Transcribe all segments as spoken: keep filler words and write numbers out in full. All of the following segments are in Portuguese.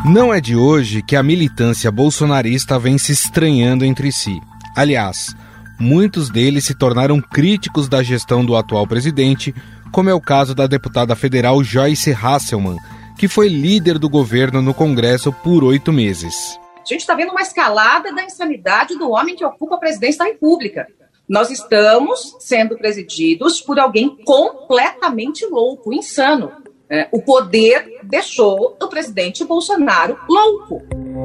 Não é de hoje que a militância bolsonarista vem se estranhando entre si. Aliás, muitos deles se tornaram críticos da gestão do atual presidente, como é o caso da deputada federal Joyce Hasselmann, que foi líder do governo no Congresso por oito meses. A gente está vendo uma escalada da insanidade do homem que ocupa a presidência da República. Nós estamos sendo presididos por alguém completamente louco, insano. É, o poder deixou o presidente Bolsonaro louco.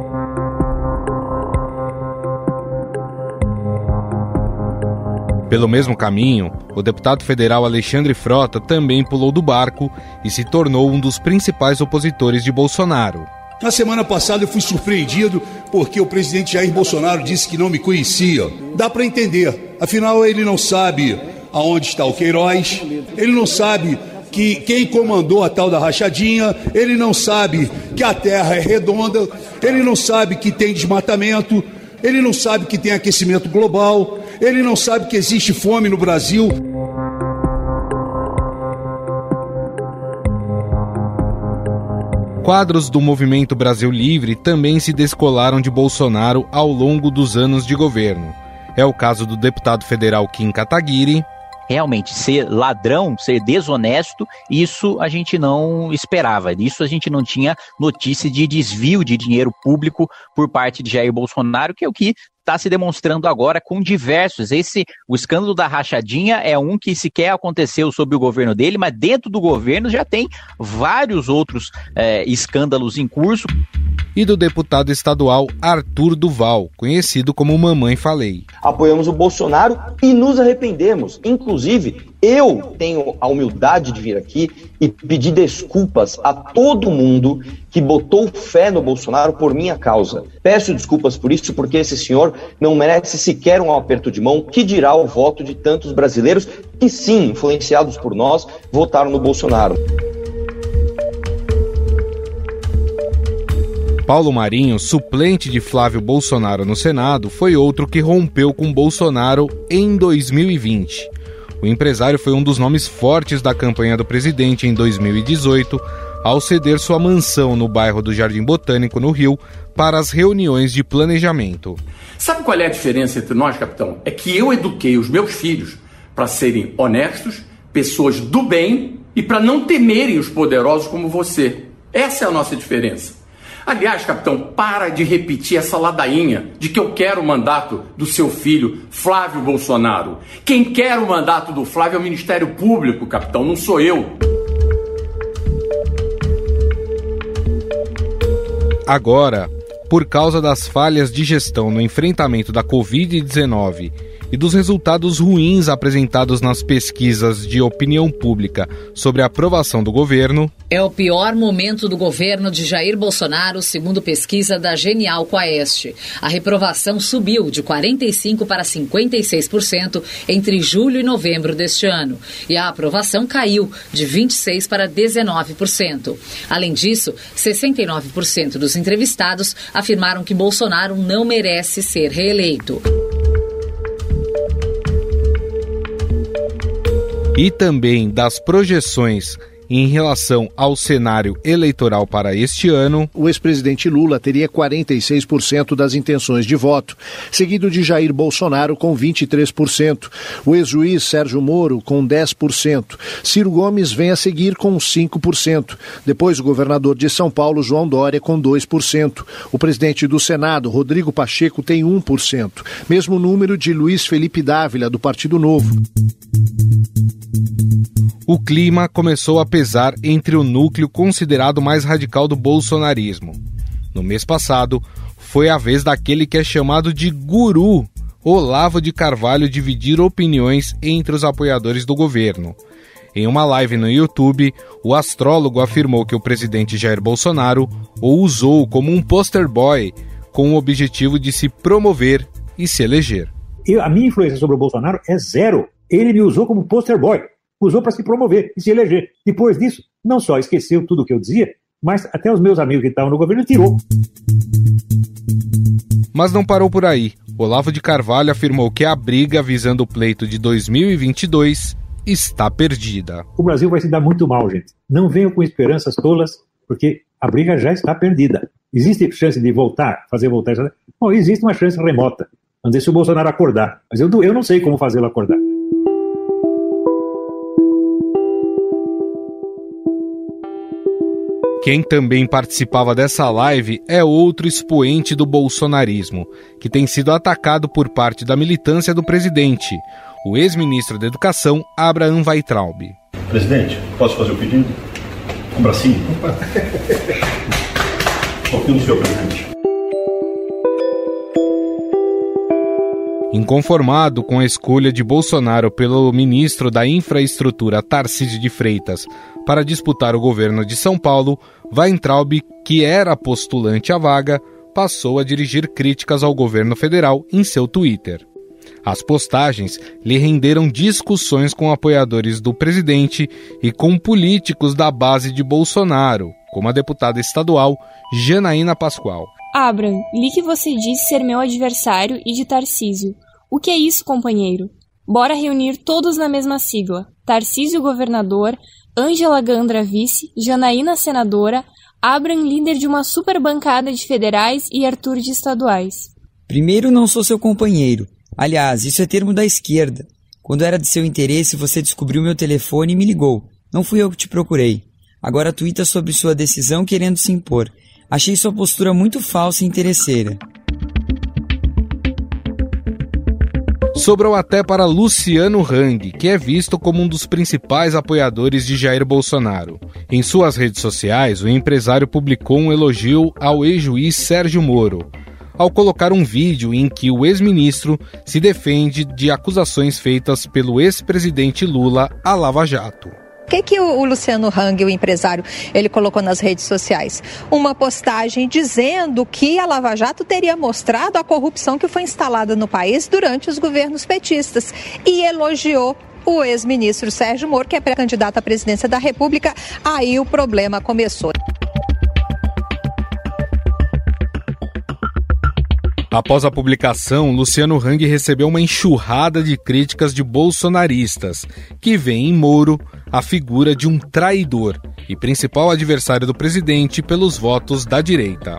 Pelo mesmo caminho, o deputado federal Alexandre Frota também pulou do barco e se tornou um dos principais opositores de Bolsonaro. Na semana passada eu fui surpreendido porque o presidente Jair Bolsonaro disse que não me conhecia. Dá para entender, afinal ele não sabe aonde está o Queiroz, ele não sabe que quem comandou a tal da rachadinha, ele não sabe que a terra é redonda, ele não sabe que tem desmatamento, ele não sabe que tem aquecimento global, ele não sabe que existe fome no Brasil. Quadros do Movimento Brasil Livre também se descolaram de Bolsonaro ao longo dos anos de governo. É o caso do deputado federal Kim Kataguiri. Realmente, ser ladrão, ser desonesto, isso a gente não esperava. Isso a gente não tinha notícia de desvio de dinheiro público por parte de Jair Bolsonaro, que é o que está se demonstrando agora com diversos. Esse, o escândalo da rachadinha é um que sequer aconteceu sob o governo dele, mas dentro do governo já tem vários outros é, escândalos em curso. E do deputado estadual Arthur Duval, conhecido como Mamãe Falei. Apoiamos o Bolsonaro e nos arrependemos. Inclusive, eu tenho a humildade de vir aqui e pedir desculpas a todo mundo que botou fé no Bolsonaro por minha causa. Peço desculpas por isso, porque esse senhor não merece sequer um aperto de mão, que dirá o voto de tantos brasileiros que, sim, influenciados por nós, votaram no Bolsonaro. Paulo Marinho, suplente de Flávio Bolsonaro no Senado, foi outro que rompeu com Bolsonaro em dois mil e vinte. O empresário foi um dos nomes fortes da campanha do presidente em dois mil e dezoito, ao ceder sua mansão no bairro do Jardim Botânico, no Rio, para as reuniões de planejamento. Sabe qual é a diferença entre nós, capitão? É que eu eduquei os meus filhos para serem honestos, pessoas do bem e para não temerem os poderosos como você. Essa é a nossa diferença. Aliás, capitão, para de repetir essa ladainha de que eu quero o mandato do seu filho, Flávio Bolsonaro. Quem quer o mandato do Flávio é o Ministério Público, capitão, não sou eu. Agora, por causa das falhas de gestão no enfrentamento da covid dezenove e dos resultados ruins apresentados nas pesquisas de opinião pública sobre a aprovação do governo... É o pior momento do governo de Jair Bolsonaro, segundo pesquisa da Genial Quaest. A reprovação subiu de quarenta e cinco por cento para cinquenta e seis por cento entre julho e novembro deste ano. E a aprovação caiu de vinte e seis por cento para dezenove por cento. Além disso, sessenta e nove por cento dos entrevistados afirmaram que Bolsonaro não merece ser reeleito. E também das projeções em relação ao cenário eleitoral para este ano. O ex-presidente Lula teria quarenta e seis por cento das intenções de voto, seguido de Jair Bolsonaro com vinte e três por cento, o ex-juiz Sérgio Moro com dez por cento, Ciro Gomes vem a seguir com cinco por cento, depois o governador de São Paulo, João Dória, com dois por cento, o presidente do Senado, Rodrigo Pacheco, tem um por cento, mesmo número de Luiz Felipe Dávila, do Partido Novo. O clima começou a pesar entre o núcleo considerado mais radical do bolsonarismo. No mês passado, foi a vez daquele que é chamado de guru, Olavo de Carvalho, dividir opiniões entre os apoiadores do governo. Em uma live no YouTube, o astrólogo afirmou que o presidente Jair Bolsonaro o usou como um poster boy, com o objetivo de se promover e se eleger. Eu, a minha influência sobre o Bolsonaro é zero. Ele me usou como poster boy. Usou para se promover e se eleger. Depois disso, não só esqueceu tudo o que eu dizia, mas até os meus amigos que estavam no governo tirou. Mas não parou por aí. Olavo de Carvalho afirmou que a briga visando o pleito de dois mil e vinte e dois está perdida. O Brasil vai se dar muito mal, gente. Não venham com esperanças tolas, porque a briga já está perdida. Existe chance de voltar, fazer voltar? Bom, existe uma chance remota. Vamos dizer, se o Bolsonaro acordar. Mas eu, eu não sei como fazê-lo acordar. Quem também participava dessa live é outro expoente do bolsonarismo, que tem sido atacado por parte da militância do presidente, o ex-ministro da Educação, Abraham Weintraub. Presidente, posso fazer o pedido? Um bracinho? Confio no senhor, presidente. Inconformado com a escolha de Bolsonaro pelo ministro da Infraestrutura, Tarcísio de Freitas, para disputar o governo de São Paulo, Weintraub, que era postulante à vaga, passou a dirigir críticas ao governo federal em seu Twitter. As postagens lhe renderam discussões com apoiadores do presidente e com políticos da base de Bolsonaro, como a deputada estadual Janaína Pascoal. Abraham, li que você disse ser meu adversário e de Tarcísio. O que é isso, companheiro? Bora reunir todos na mesma sigla. Tarcísio governador, Ângela Gandra vice, Janaína senadora, Abraham líder de uma super bancada de federais e Arthur de estaduais. Primeiro, não sou seu companheiro. Aliás, isso é termo da esquerda. Quando era de seu interesse, você descobriu meu telefone e me ligou. Não fui eu que te procurei. Agora tuita sobre sua decisão querendo se impor. Achei sua postura muito falsa e interesseira. Sobrou até para Luciano Hang, que é visto como um dos principais apoiadores de Jair Bolsonaro. Em suas redes sociais, o empresário publicou um elogio ao ex-juiz Sérgio Moro, ao colocar um vídeo em que o ex-ministro se defende de acusações feitas pelo ex-presidente Lula à Lava Jato. O que, que o Luciano Hang, o empresário, ele colocou nas redes sociais? Uma postagem dizendo que a Lava Jato teria mostrado a corrupção que foi instalada no país durante os governos petistas e elogiou o ex-ministro Sérgio Moro, que é pré-candidato à presidência da República. Aí o problema começou. Após a publicação, Luciano Hang recebeu uma enxurrada de críticas de bolsonaristas, que veem em Moro a figura de um traidor e principal adversário do presidente pelos votos da direita.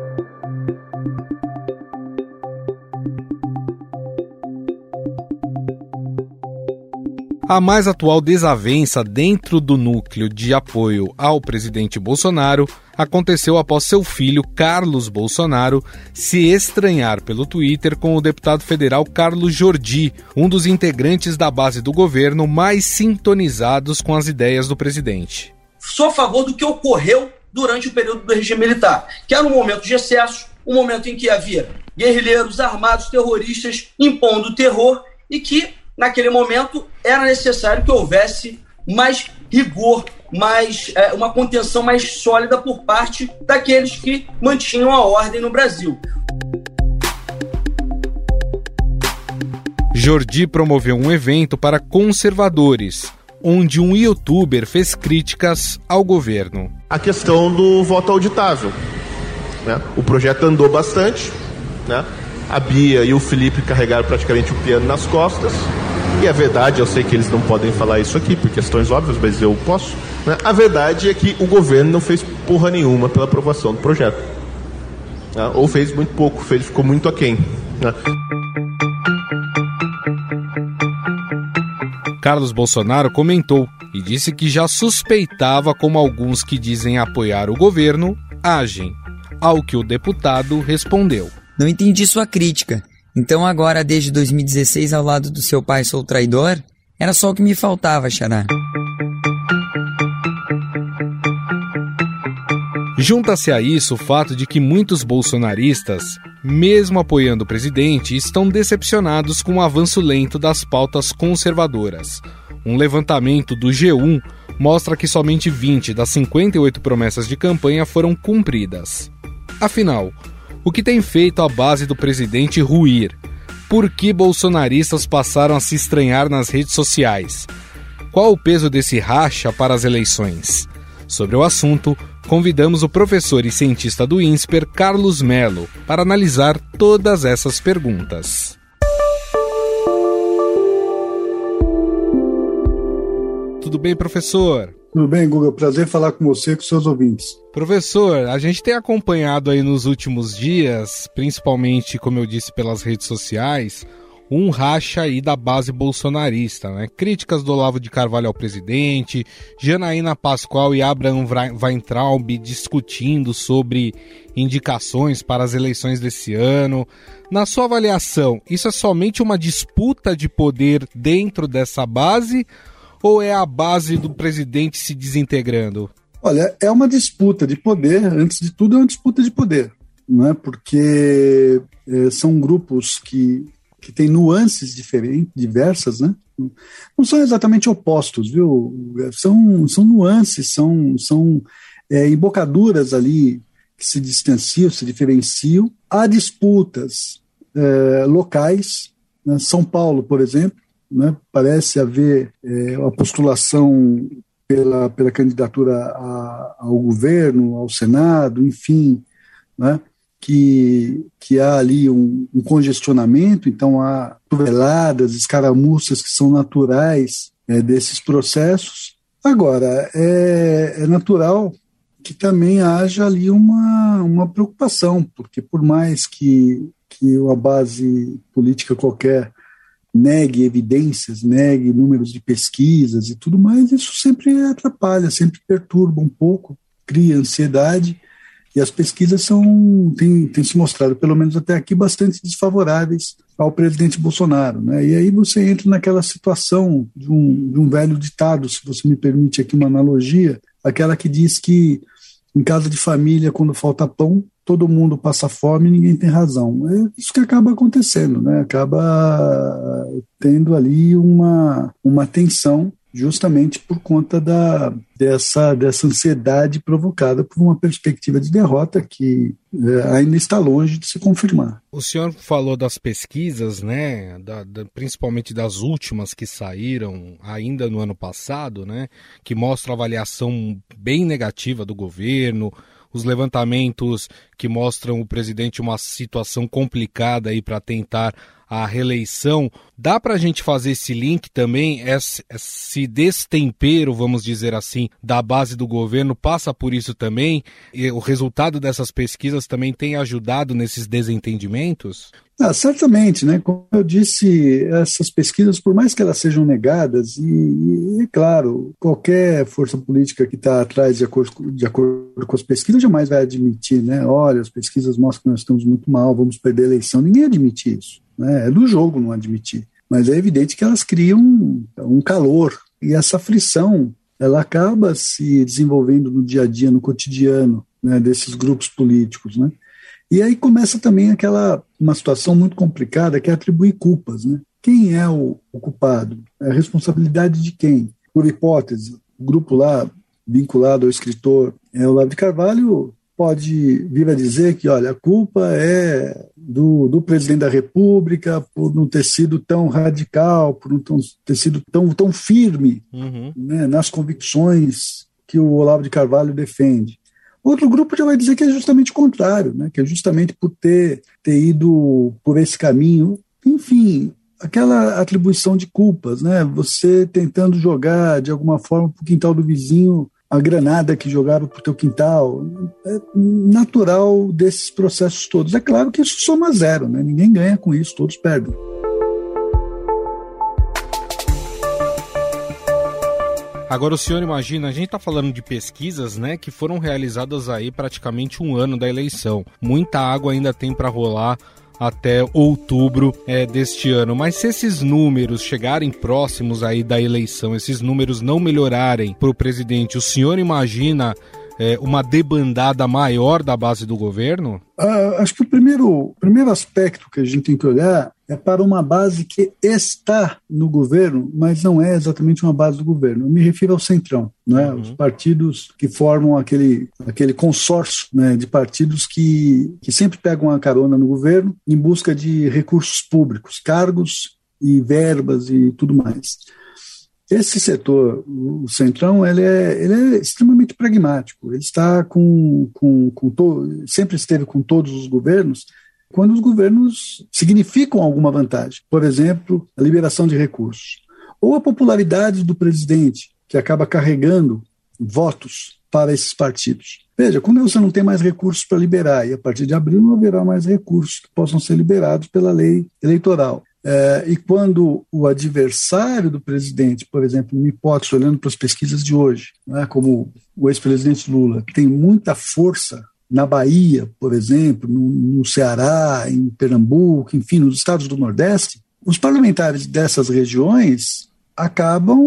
A mais atual desavença dentro do núcleo de apoio ao presidente Bolsonaro aconteceu após seu filho, Carlos Bolsonaro, se estranhar pelo Twitter com o deputado federal Carlos Jordi, um dos integrantes da base do governo mais sintonizados com as ideias do presidente. Sou a favor do que ocorreu durante o período do regime militar, que era um momento de excesso, um momento em que havia guerrilheiros armados, terroristas, impondo terror e que, naquele momento, era necessário que houvesse mais rigor, mais, é, uma contenção mais sólida por parte daqueles que mantinham a ordem no Brasil. Jordi promoveu um evento para conservadores, onde um youtuber fez críticas ao governo. A questão do voto auditável, né? O projeto andou bastante, né? A Bia e o Felipe carregaram praticamente o piano nas costas. E a verdade, eu sei que eles não podem falar isso aqui por questões óbvias, mas eu posso, né? A verdade é que o governo não fez porra nenhuma pela aprovação do projeto, né? Ou fez muito pouco, fez, ficou muito aquém, né? Carlos Bolsonaro comentou e disse que já suspeitava como alguns que dizem apoiar o governo agem, ao que o deputado respondeu. Não entendi sua crítica. Então agora, desde dois mil e dezesseis, ao lado do seu pai, sou traidor? Era só o que me faltava, xará. Junta-se a isso o fato de que muitos bolsonaristas, mesmo apoiando o presidente, estão decepcionados com o avanço lento das pautas conservadoras. Um levantamento do G um mostra que somente vinte das cinquenta e oito promessas de campanha foram cumpridas. Afinal, o que tem feito a base do presidente ruir? Por que bolsonaristas passaram a se estranhar nas redes sociais? Qual o peso desse racha para as eleições? Sobre o assunto, convidamos o professor e cientista do INSPER, Carlos Melo, para analisar todas essas perguntas. Tudo bem, professor? Tudo bem, Guga. Prazer falar com você e com seus ouvintes. Professor, a gente tem acompanhado aí nos últimos dias, principalmente, como eu disse, pelas redes sociais, um racha aí da base bolsonarista, né? Críticas do Olavo de Carvalho ao presidente, Janaína Pascoal e Abraham Weintraub discutindo sobre indicações para as eleições desse ano. Na sua avaliação, isso é somente uma disputa de poder dentro dessa base ou é a base do presidente se desintegrando? Olha, é uma disputa de poder, antes de tudo é uma disputa de poder, não é? Porque é, são grupos que que tem nuances diferentes, diversas, né? Não são exatamente opostos, viu? São, são nuances, são, são é, embocaduras ali que se distanciam, se diferenciam. Há disputas é, locais, né? São Paulo, por exemplo, né? Parece haver é, uma postulação pela, pela candidatura a, ao governo, ao Senado, enfim, né? Que, que há ali um, um congestionamento, então há toneladas, escaramuças que são naturais é, desses processos. Agora, é, é natural que também haja ali uma, uma preocupação, porque por mais que, que uma base política qualquer negue evidências, negue números de pesquisas e tudo mais, isso sempre atrapalha, sempre perturba um pouco, cria ansiedade. E as pesquisas são, têm, têm se mostrado, pelo menos até aqui, bastante desfavoráveis ao presidente Bolsonaro, né? E aí você entra naquela situação de um, de um velho ditado, se você me permite aqui uma analogia, aquela que diz que em casa de família, quando falta pão, todo mundo passa fome e ninguém tem razão. É isso que acaba acontecendo, né? Acaba tendo ali uma, uma tensão, justamente por conta da, dessa, dessa ansiedade provocada por uma perspectiva de derrota que é, ainda está longe de se confirmar. O senhor falou das pesquisas, né, da, da, principalmente das últimas que saíram ainda no ano passado, né, que mostram a avaliação bem negativa do governo, os levantamentos que mostram o presidente uma situação complicada aí para tentar a reeleição. Dá para a gente fazer esse link também, esse destempero, vamos dizer assim, da base do governo passa por isso também? E o resultado dessas pesquisas também tem ajudado nesses desentendimentos? Ah, certamente, né? Como eu disse, essas pesquisas, por mais que elas sejam negadas, e, e é claro, qualquer força política que está atrás de acordo, de acordo com as pesquisas jamais vai admitir, né? Olha, as pesquisas mostram que nós estamos muito mal, vamos perder a eleição. Ninguém admite isso, né? É do jogo não admitir. Mas é evidente que elas criam um, um calor, e essa aflição, ela acaba se desenvolvendo no dia a dia, no cotidiano, né, desses grupos políticos, né? E aí começa também aquela uma situação muito complicada, que é atribuir culpas, né? Quem é o, o culpado? É a responsabilidade de quem? Por hipótese, o grupo lá vinculado ao escritor é, Olavo de Carvalho pode vir a dizer que, olha, a culpa é do, do presidente da República por não ter sido tão radical, por não ter sido tão, tão firme, uhum, né, nas convicções que o Olavo de Carvalho defende. Outro grupo já vai dizer que é justamente o contrário, né? Que é justamente por ter, ter ido por esse caminho. Enfim, aquela atribuição de culpas, né? Você tentando jogar, de alguma forma, para o quintal do vizinho a granada que jogaram para o teu quintal. É natural desses processos todos. É claro que isso soma zero, né? Ninguém ganha com isso, todos perdem. Agora o senhor imagina, a gente está falando de pesquisas, né, que foram realizadas aí praticamente um ano da eleição. Muita água ainda tem para rolar até outubro é, deste ano. Mas se esses números chegarem próximos aí da eleição, esses números não melhorarem para o presidente, o senhor imagina é, uma debandada maior da base do governo? Ah, acho que o primeiro, o primeiro aspecto que a gente tem que olhar é para uma base que está no governo, mas não é exatamente uma base do governo. Eu me refiro ao Centrão, né? Uhum. Os partidos que formam aquele, aquele consórcio, né, de partidos que, que sempre pegam a carona no governo em busca de recursos públicos, cargos e verbas e tudo mais. Esse setor, o Centrão, ele é, ele é extremamente pragmático. Ele está com, com, com to, sempre esteve com todos os governos quando os governos significam alguma vantagem. Por exemplo, a liberação de recursos. Ou a popularidade do presidente, que acaba carregando votos para esses partidos. Veja, quando você não tem mais recursos para liberar, e a partir de abril não haverá mais recursos que possam ser liberados pela lei eleitoral. É, e quando o adversário do presidente, por exemplo, uma hipótese, olhando para as pesquisas de hoje, né, como o ex-presidente Lula, tem muita força na Bahia, por exemplo, no, no Ceará, em Pernambuco, enfim, nos estados do Nordeste, os parlamentares dessas regiões acabam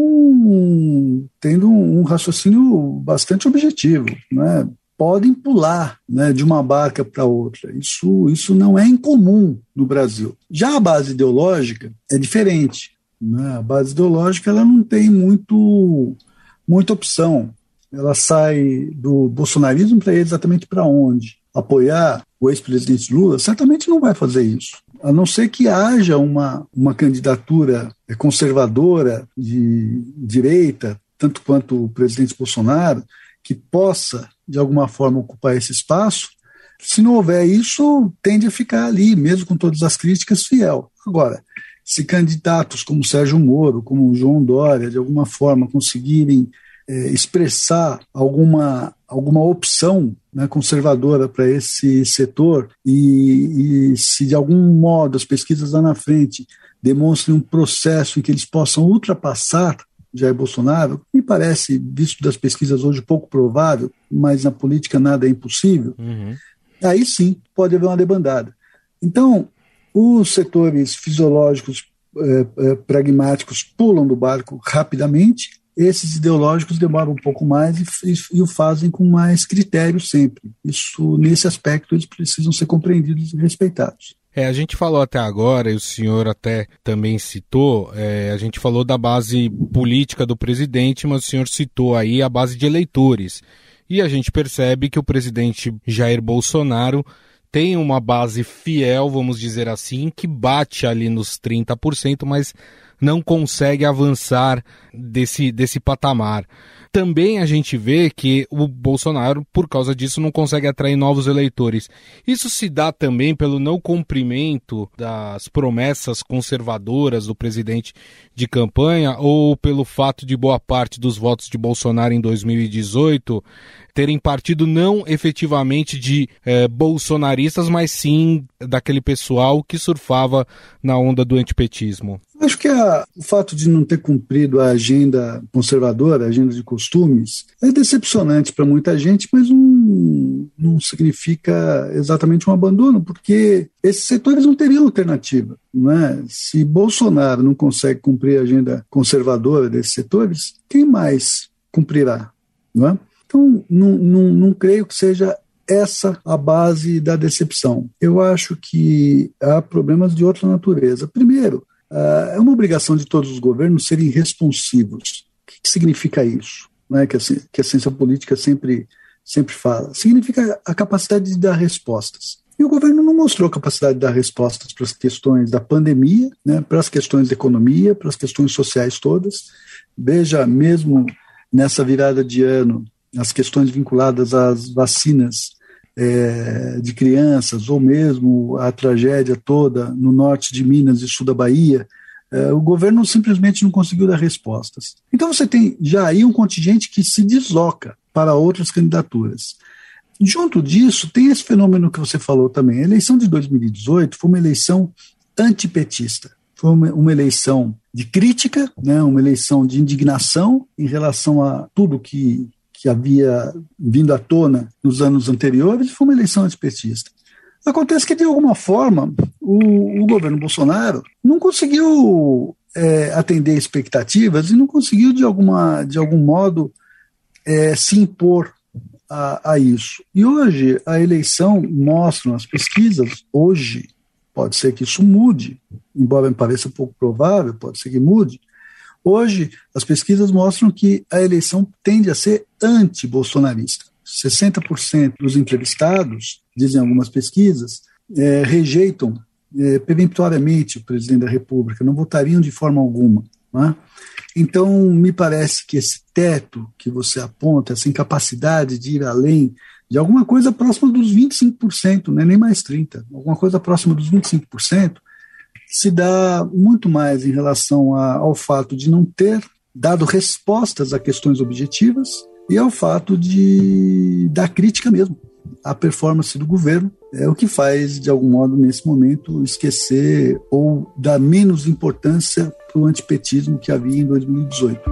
tendo um raciocínio bastante objetivo, né? Podem pular, né, de uma barca para outra. Isso, isso não é incomum no Brasil. Já a base ideológica é diferente, né? A base ideológica ela não tem muito, muita opção. Ela sai do bolsonarismo para ir exatamente para onde? Apoiar o ex-presidente Lula? Certamente não vai fazer isso. A não ser que haja uma, uma candidatura conservadora de direita, tanto quanto o presidente Bolsonaro, que possa, de alguma forma, ocupar esse espaço. Se não houver isso, tende a ficar ali, mesmo com todas as críticas, fiel. Agora, se candidatos como Sérgio Moro, como João Dória, de alguma forma conseguirem é, expressar alguma, alguma opção, né, conservadora para esse setor e, e se de algum modo as pesquisas lá na frente demonstrem um processo em que eles possam ultrapassar Jair Bolsonaro, me parece, visto das pesquisas hoje, pouco provável, mas na política nada é impossível, uhum. Aí sim pode haver uma debandada. Então, os setores fisiológicos eh, eh, pragmáticos pulam do barco rapidamente, esses ideológicos demoram um pouco mais e, e, e o fazem com mais critério sempre. Isso, nesse aspecto, eles precisam ser compreendidos e respeitados. É, a gente falou até agora, e o senhor até também citou, é, a gente falou da base política do presidente, mas o senhor citou aí a base de eleitores. E a gente percebe que o presidente Jair Bolsonaro tem uma base fiel, vamos dizer assim, que bate ali nos trinta por cento, mas não consegue avançar desse, desse patamar. Também a gente vê que o Bolsonaro, por causa disso, não consegue atrair novos eleitores. Isso se dá também pelo não cumprimento das promessas conservadoras do presidente de campanha ou pelo fato de boa parte dos votos de Bolsonaro em dois mil e dezoito terem partido não efetivamente de eh, bolsonaristas, mas sim daquele pessoal que surfava na onda do antipetismo? Acho que a, o fato de não ter cumprido a agenda conservadora, a agenda de costumes, é decepcionante para muita gente, mas não, não significa exatamente um abandono, porque esses setores não teriam alternativa. Não é? Se Bolsonaro não consegue cumprir a agenda conservadora desses setores, quem mais cumprirá? Não é? Então, não, não, não creio que seja essa a base da decepção. Eu acho que há problemas de outra natureza. Primeiro, Uh, é uma obrigação de todos os governos serem responsivos. O que, que significa isso? Não é? que, a, que a ciência política sempre, sempre fala. Significa a capacidade de dar respostas. E o governo não mostrou capacidade de dar respostas para as questões da pandemia, né, para as questões da economia, para as questões sociais todas. Veja, mesmo nessa virada de ano, as questões vinculadas às vacinas É, de crianças, ou mesmo a tragédia toda no norte de Minas e sul da Bahia, é, o governo simplesmente não conseguiu dar respostas. Então você tem já aí um contingente que se desloca para outras candidaturas. Junto disso, tem esse fenômeno que você falou também. A eleição de dois mil e dezoito foi uma eleição antipetista. Foi uma, uma eleição de crítica, né, uma eleição de indignação em relação a tudo que que havia vindo à tona nos anos anteriores, foi uma eleição antipetista. Acontece que, de alguma forma, o, o governo Bolsonaro não conseguiu é, atender expectativas e não conseguiu, de, alguma, de algum modo, é, se impor a, a isso. E hoje, a eleição mostra, as pesquisas, hoje, pode ser que isso mude, embora me pareça pouco provável, pode ser que mude. Hoje, as pesquisas mostram que a eleição tende a ser anti-bolsonarista. sessenta por cento dos entrevistados, dizem algumas pesquisas, é, rejeitam é, peremptoriamente o presidente da República, não votariam de forma alguma. Né? Então, me parece que esse teto que você aponta, essa incapacidade de ir além de alguma coisa próxima dos vinte e cinco por cento, não é nem mais trinta por cento, alguma coisa próxima dos vinte e cinco por cento, se dá muito mais em relação a, ao fato de não ter dado respostas a questões objetivas e ao fato de da crítica mesmo à performance do governo, é o que faz, de algum modo, nesse momento, esquecer ou dar menos importância para o antipetismo que havia em dois mil e dezoito.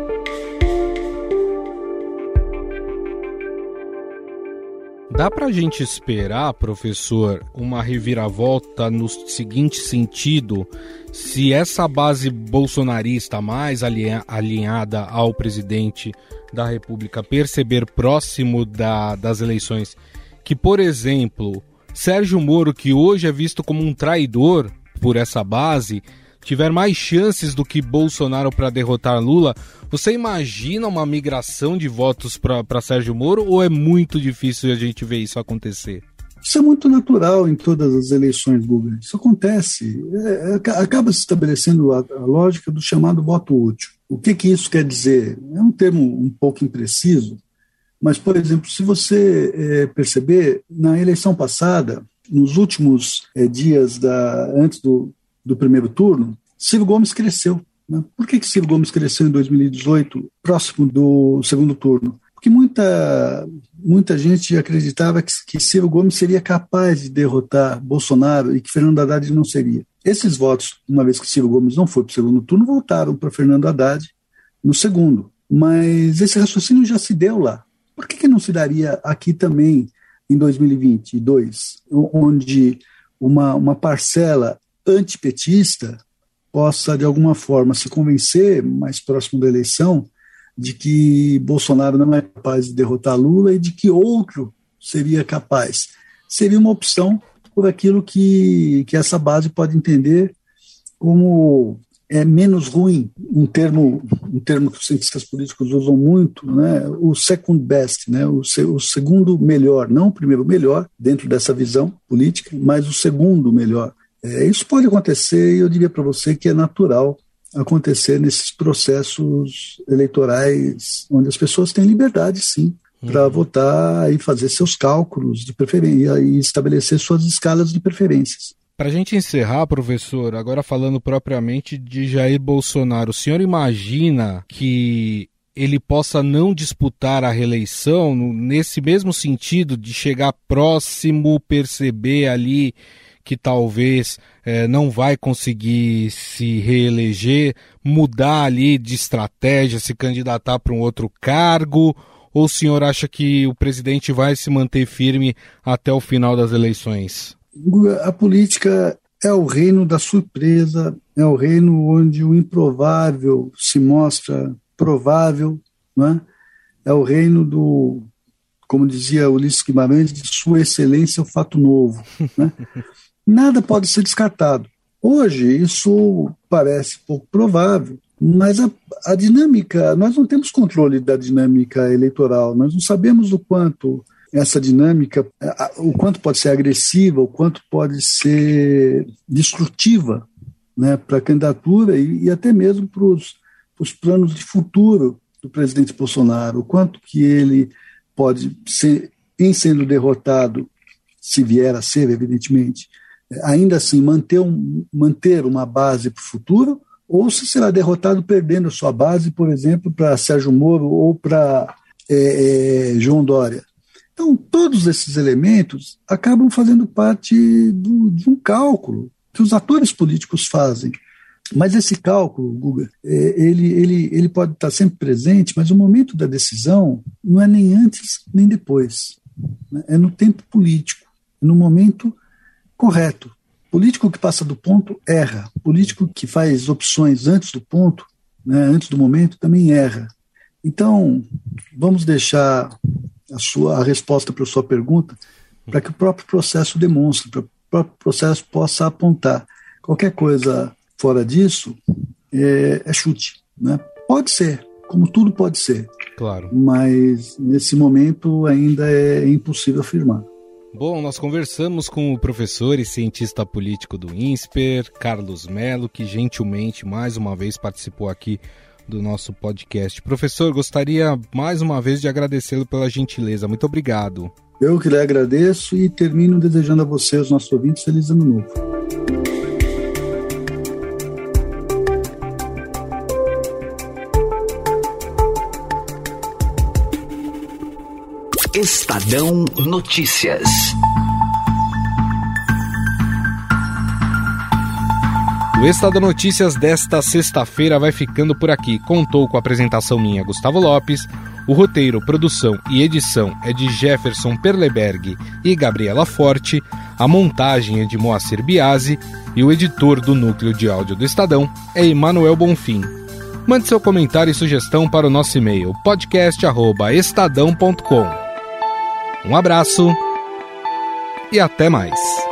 Dá para a gente esperar, professor, uma reviravolta no seguinte sentido: se essa base bolsonarista mais alinhada ao presidente da República perceber próximo da, das eleições que, por exemplo, Sérgio Moro, que hoje é visto como um traidor por essa base, tiver mais chances do que Bolsonaro para derrotar Lula, você imagina uma migração de votos para Sérgio Moro ou é muito difícil a gente ver isso acontecer? Isso é muito natural em todas as eleições, Guga. Isso acontece. É, é, acaba se estabelecendo a, a lógica do chamado voto útil. O que, que isso quer dizer? É um termo um pouco impreciso, mas, por exemplo, se você é, perceber, na eleição passada, nos últimos é, dias da, antes do, do primeiro turno, Ciro Gomes cresceu. Né? Por que, que Ciro Gomes cresceu em dois mil e dezoito, próximo do segundo turno? Porque muita, muita gente acreditava que, que Ciro Gomes seria capaz de derrotar Bolsonaro e que Fernando Haddad não seria. Esses votos, uma vez que Ciro Gomes não foi para o segundo turno, voltaram para Fernando Haddad no segundo. Mas esse raciocínio já se deu lá. Por que, que não se daria aqui também em dois mil e vinte e dois, onde uma, uma parcela antipetista possa, de alguma forma, se convencer, mais próximo da eleição, de que Bolsonaro não é capaz de derrotar Lula e de que outro seria capaz? Seria uma opção por aquilo que, que essa base pode entender como é menos ruim, um termo, um termo que os cientistas políticos usam muito, né? O second best, né? o, se, o segundo melhor, não o primeiro melhor, dentro dessa visão política, mas o segundo melhor. É, isso pode acontecer e eu diria para você que é natural acontecer nesses processos eleitorais onde as pessoas têm liberdade, sim, para uhum. votar e fazer seus cálculos de preferência e estabelecer suas escalas de preferências. Para a gente encerrar, professor, agora falando propriamente de Jair Bolsonaro, o senhor imagina que ele possa não disputar a reeleição nesse mesmo sentido de chegar próximo, perceber ali que talvez é, não vai conseguir se reeleger, mudar ali de estratégia, se candidatar para um outro cargo, ou o senhor acha que o presidente vai se manter firme até o final das eleições? A política é o reino da surpresa, é o reino onde o improvável se mostra provável, não é? É o reino do, como dizia Ulisses Guimarães, de sua excelência o fato novo, né? Nada pode ser descartado. Hoje isso parece pouco provável, mas a, a dinâmica, nós não temos controle da dinâmica eleitoral, nós não sabemos o quanto essa dinâmica, o quanto pode ser agressiva, o quanto pode ser destrutiva, né, para a candidatura e, e até mesmo para os planos de futuro do presidente Bolsonaro, o quanto que ele pode ser, em sendo derrotado, se vier a ser, evidentemente, ainda assim manter, um, manter uma base para o futuro, ou se será derrotado perdendo a sua base, por exemplo, para Sérgio Moro ou para é, é, João Dória. Então, todos esses elementos acabam fazendo parte do, de um cálculo que os atores políticos fazem. Mas esse cálculo, Guga, é, ele, ele, ele pode estar sempre presente, mas o momento da decisão não é nem antes nem depois. Né? É no tempo político, é no momento correto. Político que passa do ponto erra. Político que faz opções antes do ponto, né, antes do momento, também erra. Então, vamos deixar a, sua, a resposta para a sua pergunta para que o próprio processo demonstre, para que o próprio processo possa apontar. Qualquer coisa fora disso é, é chute. Né? Pode ser, como tudo pode ser. Claro. Mas, nesse momento, ainda é impossível afirmar. Bom, nós conversamos com o professor e cientista político do INSPER, Carlos Mello, que gentilmente mais uma vez participou aqui do nosso podcast. Professor, gostaria mais uma vez de agradecê-lo pela gentileza. Muito obrigado. Eu que lhe agradeço e termino desejando a você, os nossos ouvintes, feliz ano novo. Estadão Notícias. O Estadão Notícias desta sexta-feira vai ficando por aqui. Contou com a apresentação minha, Gustavo Lopes. O roteiro, produção e edição é de Jefferson Perleberg e Gabriela Forte. A montagem é de Moacir Biasi e o editor do núcleo de áudio do Estadão é Emanuel Bonfim. Mande seu comentário e sugestão para o nosso e-mail podcast arroba estadão ponto com. Um abraço e até mais.